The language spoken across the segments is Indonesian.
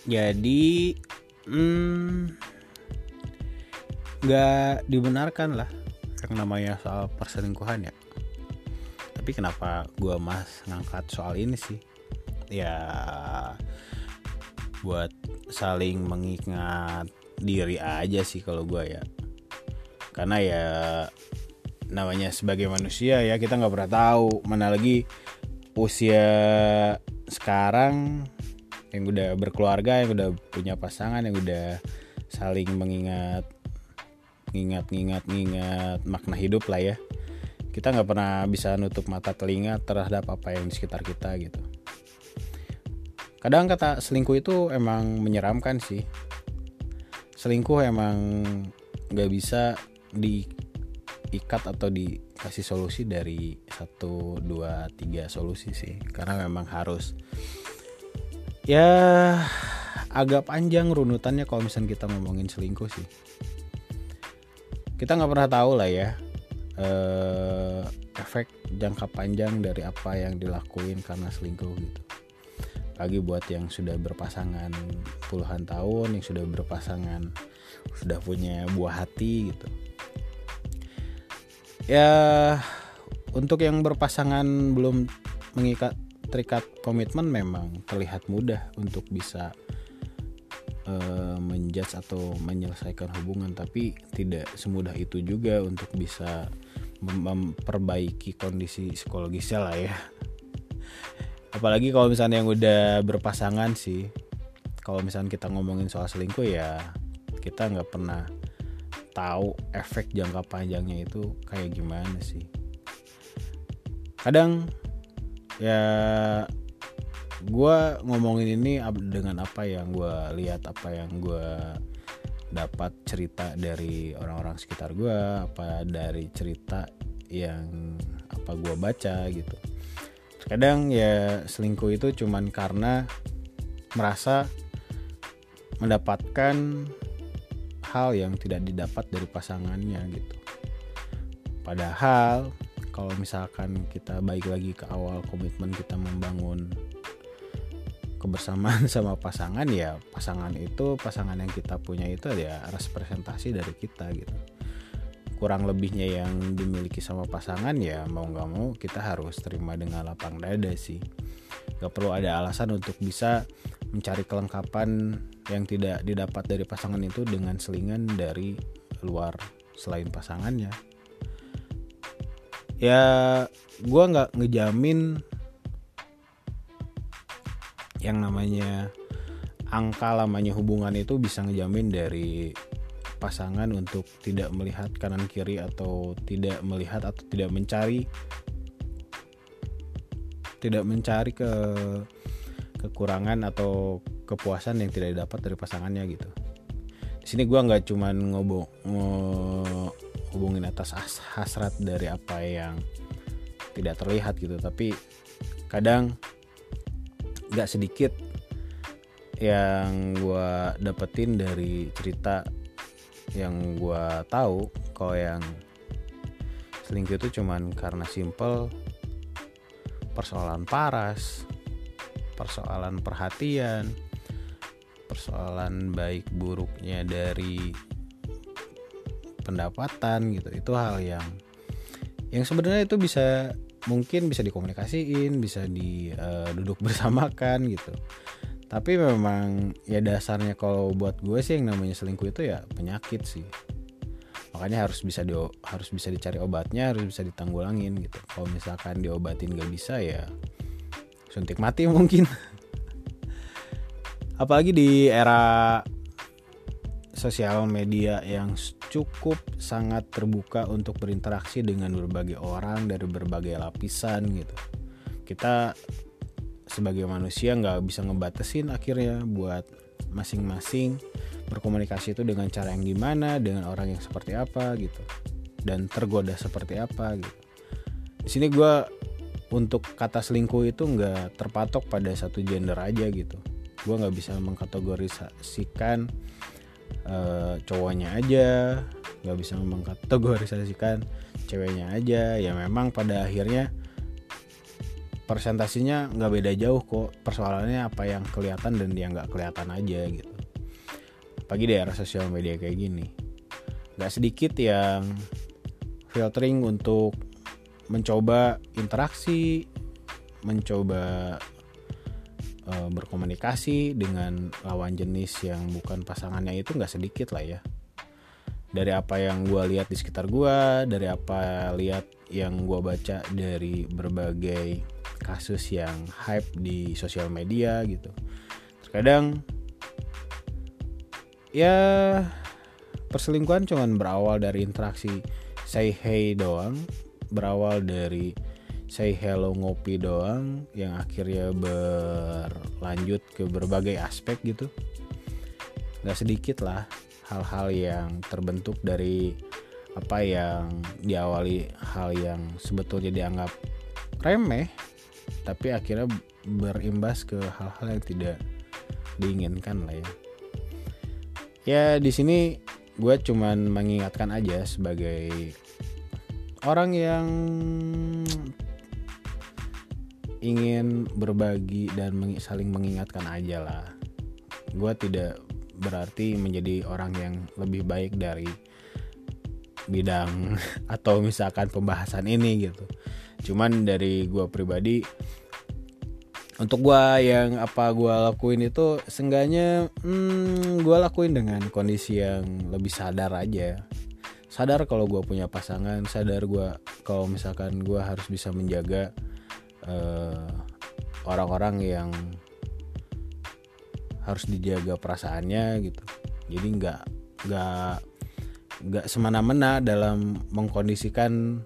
Jadi nggak dibenarkan lah yang namanya soal perselingkuhan ya. Tapi kenapa gue ngangkat soal ini sih? Ya buat saling mengingat diri aja sih kalau gue ya. Karena ya namanya sebagai manusia ya, kita nggak pernah tahu, mana lagi usia sekarang yang udah berkeluarga, yang udah punya pasangan, yang udah saling mengingat makna hidup lah ya. Kita nggak pernah bisa nutup mata telinga terhadap apa yang di sekitar kita gitu. Kadang kata selingkuh itu emang menyeramkan sih. Selingkuh emang nggak bisa diikat atau dikasih solusi dari 1, 2, 3 solusi sih. Karena memang harus ya agak panjang runutannya kalau misalnya kita ngomongin selingkuh sih. Kita nggak pernah tahu lah ya efek jangka panjang dari apa yang dilakuin karena selingkuh gitu. Lagi buat yang sudah berpasangan puluhan tahun, yang sudah berpasangan, sudah punya buah hati gitu. Ya untuk yang berpasangan belum terikat komitmen memang terlihat mudah untuk bisa menjudge atau menyelesaikan hubungan, tapi tidak semudah itu juga untuk bisa memperbaiki kondisi psikologisnya lah ya. Apalagi kalau misalnya yang udah berpasangan sih. Kalau misalnya kita ngomongin soal selingkuh ya, kita nggak pernah tahu efek jangka panjangnya itu kayak gimana sih. Kadang ya gue ngomongin ini dengan apa yang gue lihat, apa yang gue dapat cerita dari orang-orang sekitar gue, apa dari cerita yang apa gue baca gitu. Kadang ya selingkuh itu cuman karena merasa mendapatkan hal yang tidak didapat dari pasangannya gitu. Padahal kalau misalkan kita balik lagi ke awal komitmen kita membangun kebersamaan sama pasangan, ya pasangan yang kita punya itu ya representasi dari kita gitu. Kurang lebihnya yang dimiliki sama pasangan ya mau gak mau kita harus terima dengan lapang dada sih. Gak perlu ada alasan untuk bisa mencari kelengkapan yang tidak didapat dari pasangan itu dengan selingan dari luar selain pasangannya. Ya gue gak ngejamin yang namanya angka lamanya hubungan itu bisa ngejamin dari pasangan untuk tidak melihat kanan kiri atau tidak melihat atau tidak mencari kekurangan atau kepuasan yang tidak didapat dari pasangannya gitu. Di sini gue nggak cuman hubungin atas hasrat dari apa yang tidak terlihat gitu, tapi kadang nggak sedikit yang gue dapetin dari cerita yang gue tahu kalau yang selingkuh itu cuman karena simple persoalan paras, persoalan perhatian, persoalan baik buruknya dari pendapatan gitu. Itu hal yang sebenarnya itu mungkin bisa dikomunikasiin, bisa duduk bersamakan gitu. Tapi memang ya dasarnya kalau buat gue sih yang namanya selingkuh itu ya penyakit sih. Makanya harus bisa dicari obatnya, harus bisa ditanggulangin gitu. Kalau misalkan diobatin gak bisa ya suntik mati mungkin. Apalagi di era sosial media yang cukup sangat terbuka untuk berinteraksi dengan berbagai orang dari berbagai lapisan gitu. Kita sebagai manusia gak bisa ngebatasin akhirnya buat masing-masing berkomunikasi itu dengan cara yang gimana, dengan orang yang seperti apa gitu, dan tergoda seperti apa gitu. Di sini gue untuk kata selingkuh itu nggak terpatok pada satu gender aja gitu. Gue nggak bisa mengkategorisasikan cowoknya aja, nggak bisa mengkategorisasikan ceweknya aja. Ya memang pada akhirnya persentasinya nggak beda jauh kok. Persoalannya apa yang kelihatan dan yang nggak kelihatan aja gitu. Apalagi di era sosial media kayak gini, nggak sedikit yang filtering untuk mencoba interaksi, mencoba berkomunikasi dengan lawan jenis yang bukan pasangannya, itu nggak sedikit lah ya. Dari apa yang gue lihat di sekitar gue, dari apa lihat yang gue baca dari berbagai kasus yang hype di sosial media gitu. Terkadang ya perselingkuhan cuman berawal dari interaksi say hey doang, berawal dari say hello ngopi doang, yang akhirnya berlanjut ke berbagai aspek gitu. Gak sedikit lah hal-hal yang terbentuk dari apa yang diawali hal yang sebetulnya dianggap remeh, tapi akhirnya berimbas ke hal-hal yang tidak diinginkan lah ya. Ya di sini gue cuman mengingatkan aja sebagai orang yang ingin berbagi dan saling mengingatkan aja lah. Gue tidak berarti menjadi orang yang lebih baik dari bidang atau misalkan pembahasan ini gitu. Cuman dari gue pribadi, untuk gue yang apa gue lakuin itu seenggaknya gue lakuin dengan kondisi yang lebih sadar aja. Sadar kalau gue punya pasangan, sadar gue kalau misalkan gue harus bisa menjaga orang-orang yang harus dijaga perasaannya gitu. Jadi nggak semena-mena dalam mengkondisikan,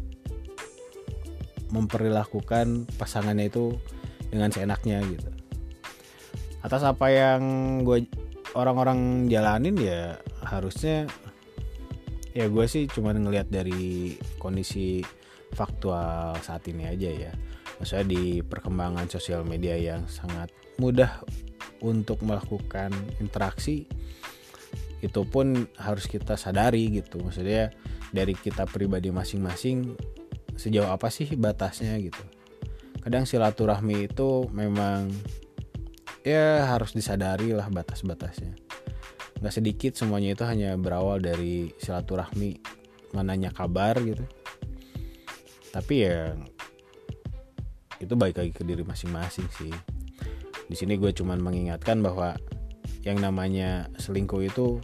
memperlakukan pasangannya itu dengan seenaknya gitu. Atas apa yang orang-orang jalanin ya harusnya ya gue sih cuma ngelihat dari kondisi faktual saat ini aja ya. Maksudnya di perkembangan sosial media yang sangat mudah untuk melakukan interaksi, itu pun harus kita sadari gitu. Maksudnya dari kita pribadi masing-masing sejauh apa sih batasnya gitu. Kadang silaturahmi itu memang ya harus disadari lah batas-batasnya. Gak sedikit semuanya itu hanya berawal dari silaturahmi, menanya kabar gitu. Tapi ya itu balik lagi ke diri masing-masing sih. Di sini gue cuman mengingatkan bahwa yang namanya selingkuh itu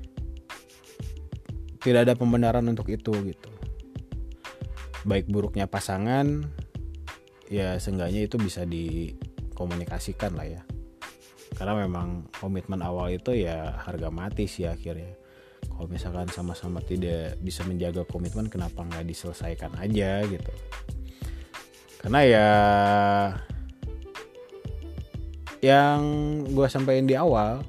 tidak ada pembenaran untuk itu gitu. Baik buruknya pasangan, ya seenggaknya itu bisa dikomunikasikan lah ya. Karena memang komitmen awal itu ya harga mati sih akhirnya. Kalau misalkan sama-sama tidak bisa menjaga komitmen, kenapa nggak diselesaikan aja gitu. Karena ya yang gue sampaikan di awal,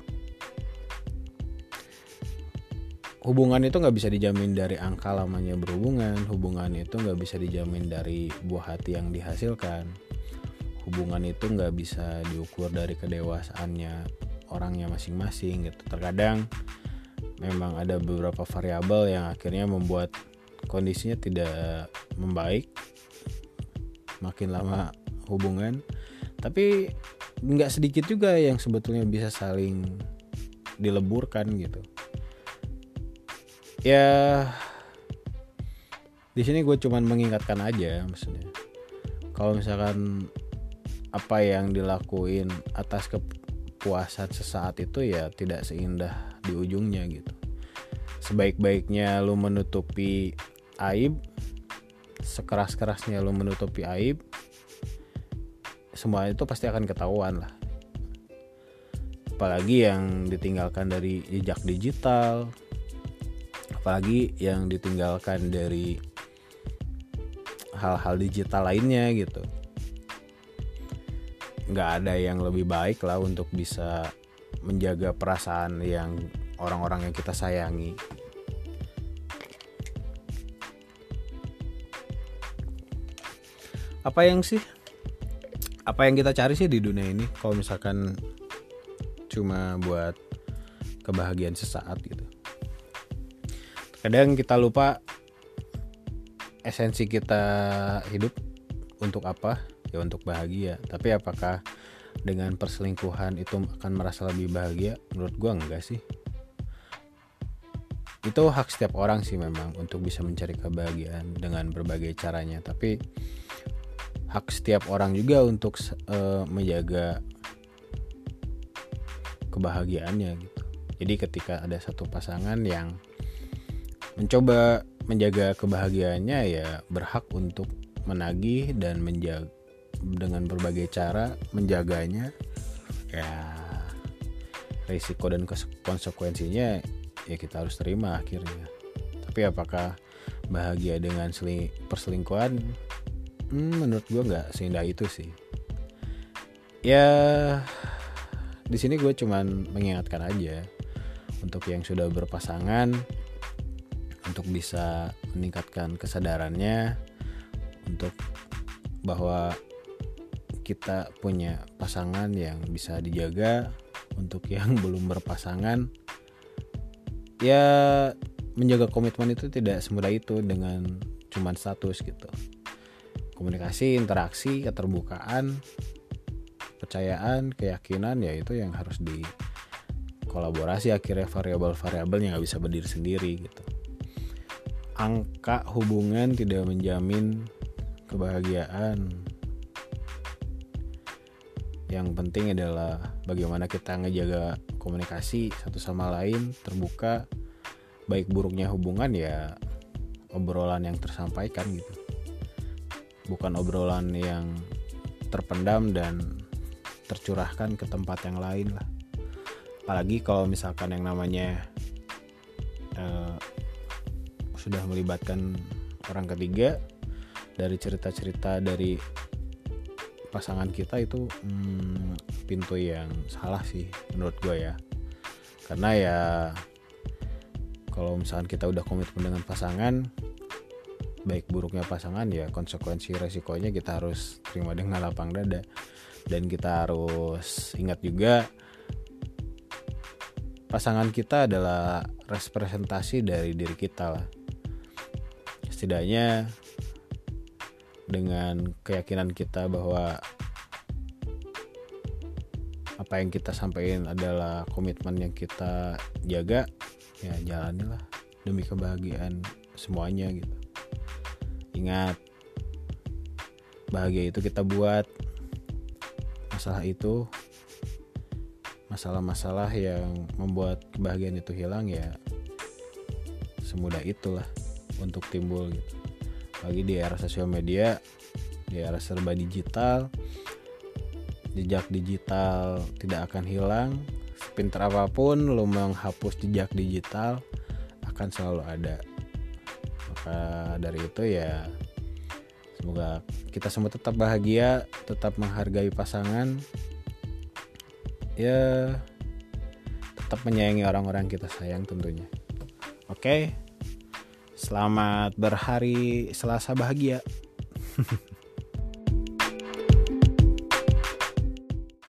hubungan itu gak bisa dijamin dari angka lamanya berhubungan. Hubungan itu gak bisa dijamin dari buah hati yang dihasilkan. Hubungan itu gak bisa diukur dari kedewasaannya orangnya masing-masing gitu. Terkadang memang ada beberapa variabel yang akhirnya membuat kondisinya tidak membaik makin lama hubungan. Tapi gak sedikit juga yang sebetulnya bisa saling dileburkan gitu. Ya di sini gue cuman mengingatkan aja, maksudnya kalau misalkan apa yang dilakuin atas kepuasan sesaat itu ya tidak seindah di ujungnya gitu. Sebaik-baiknya lu menutupi aib, sekeras-kerasnya lu menutupi aib, semua itu pasti akan ketahuan lah. Apalagi yang ditinggalkan dari jejak digital, apalagi yang ditinggalkan dari hal-hal digital lainnya gitu. Gak ada yang lebih baik lah untuk bisa menjaga perasaan yang orang-orang yang kita sayangi. Apa yang kita cari sih di dunia ini kalau misalkan cuma buat kebahagiaan sesaat gitu. Kadang kita lupa esensi kita hidup untuk apa. ya untuk bahagia. Tapi apakah dengan perselingkuhan itu akan merasa lebih bahagia? Menurut gue enggak sih. Itu hak setiap orang sih memang untuk bisa mencari kebahagiaan dengan berbagai caranya. Tapi hak setiap orang juga untuk menjaga kebahagiaannya gitu. Jadi ketika ada satu pasangan yang mencoba menjaga kebahagiaannya, ya berhak untuk menagih dan menjaga dengan berbagai cara menjaganya. Ya risiko dan konsekuensinya ya kita harus terima akhirnya. Tapi apakah bahagia dengan perselingkuhan? Menurut gue nggak seindah itu sih. Ya di sini gue cuman mengingatkan aja untuk yang sudah berpasangan untuk bisa meningkatkan kesadarannya untuk bahwa kita punya pasangan yang bisa dijaga. Untuk yang belum berpasangan, ya menjaga komitmen itu tidak semudah itu dengan cuman status gitu. Komunikasi, interaksi, keterbukaan, kepercayaan, keyakinan, ya itu yang harus dikolaborasi. Akhirnya variabel-variabel yang gak bisa berdiri sendiri gitu. Angka hubungan tidak menjamin kebahagiaan. Yang penting adalah bagaimana kita ngejaga komunikasi satu sama lain, terbuka. Baik buruknya hubungan ya obrolan yang tersampaikan gitu, bukan obrolan yang terpendam dan tercurahkan ke tempat yang lain lah. Apalagi kalau misalkan yang namanya sudah melibatkan orang ketiga. Dari cerita-cerita dari pasangan kita itu pintu yang salah sih menurut gue ya. Karena ya kalau misalkan kita udah komitmen dengan pasangan, baik buruknya pasangan ya konsekuensi resikonya kita harus terima dengan lapang dada. Dan kita harus ingat juga pasangan kita adalah representasi dari diri kita lah. Setidaknya dengan keyakinan kita bahwa apa yang kita sampaikan adalah komitmen yang kita jaga, ya jalanilah demi kebahagiaan semuanya gitu. Ingat, bahagia itu kita buat. Masalah-masalah yang membuat kebahagiaan itu hilang ya semudah itulah untuk timbul gitu. Bagi di era sosial media, di era serba digital, jejak digital tidak akan hilang. Sepintar apapun lo menghapus jejak digital akan selalu ada. Maka dari itu ya semoga kita semua tetap bahagia, tetap menghargai pasangan, ya tetap menyayangi orang-orang kita sayang tentunya. Oke. Selamat berhari Selasa bahagia.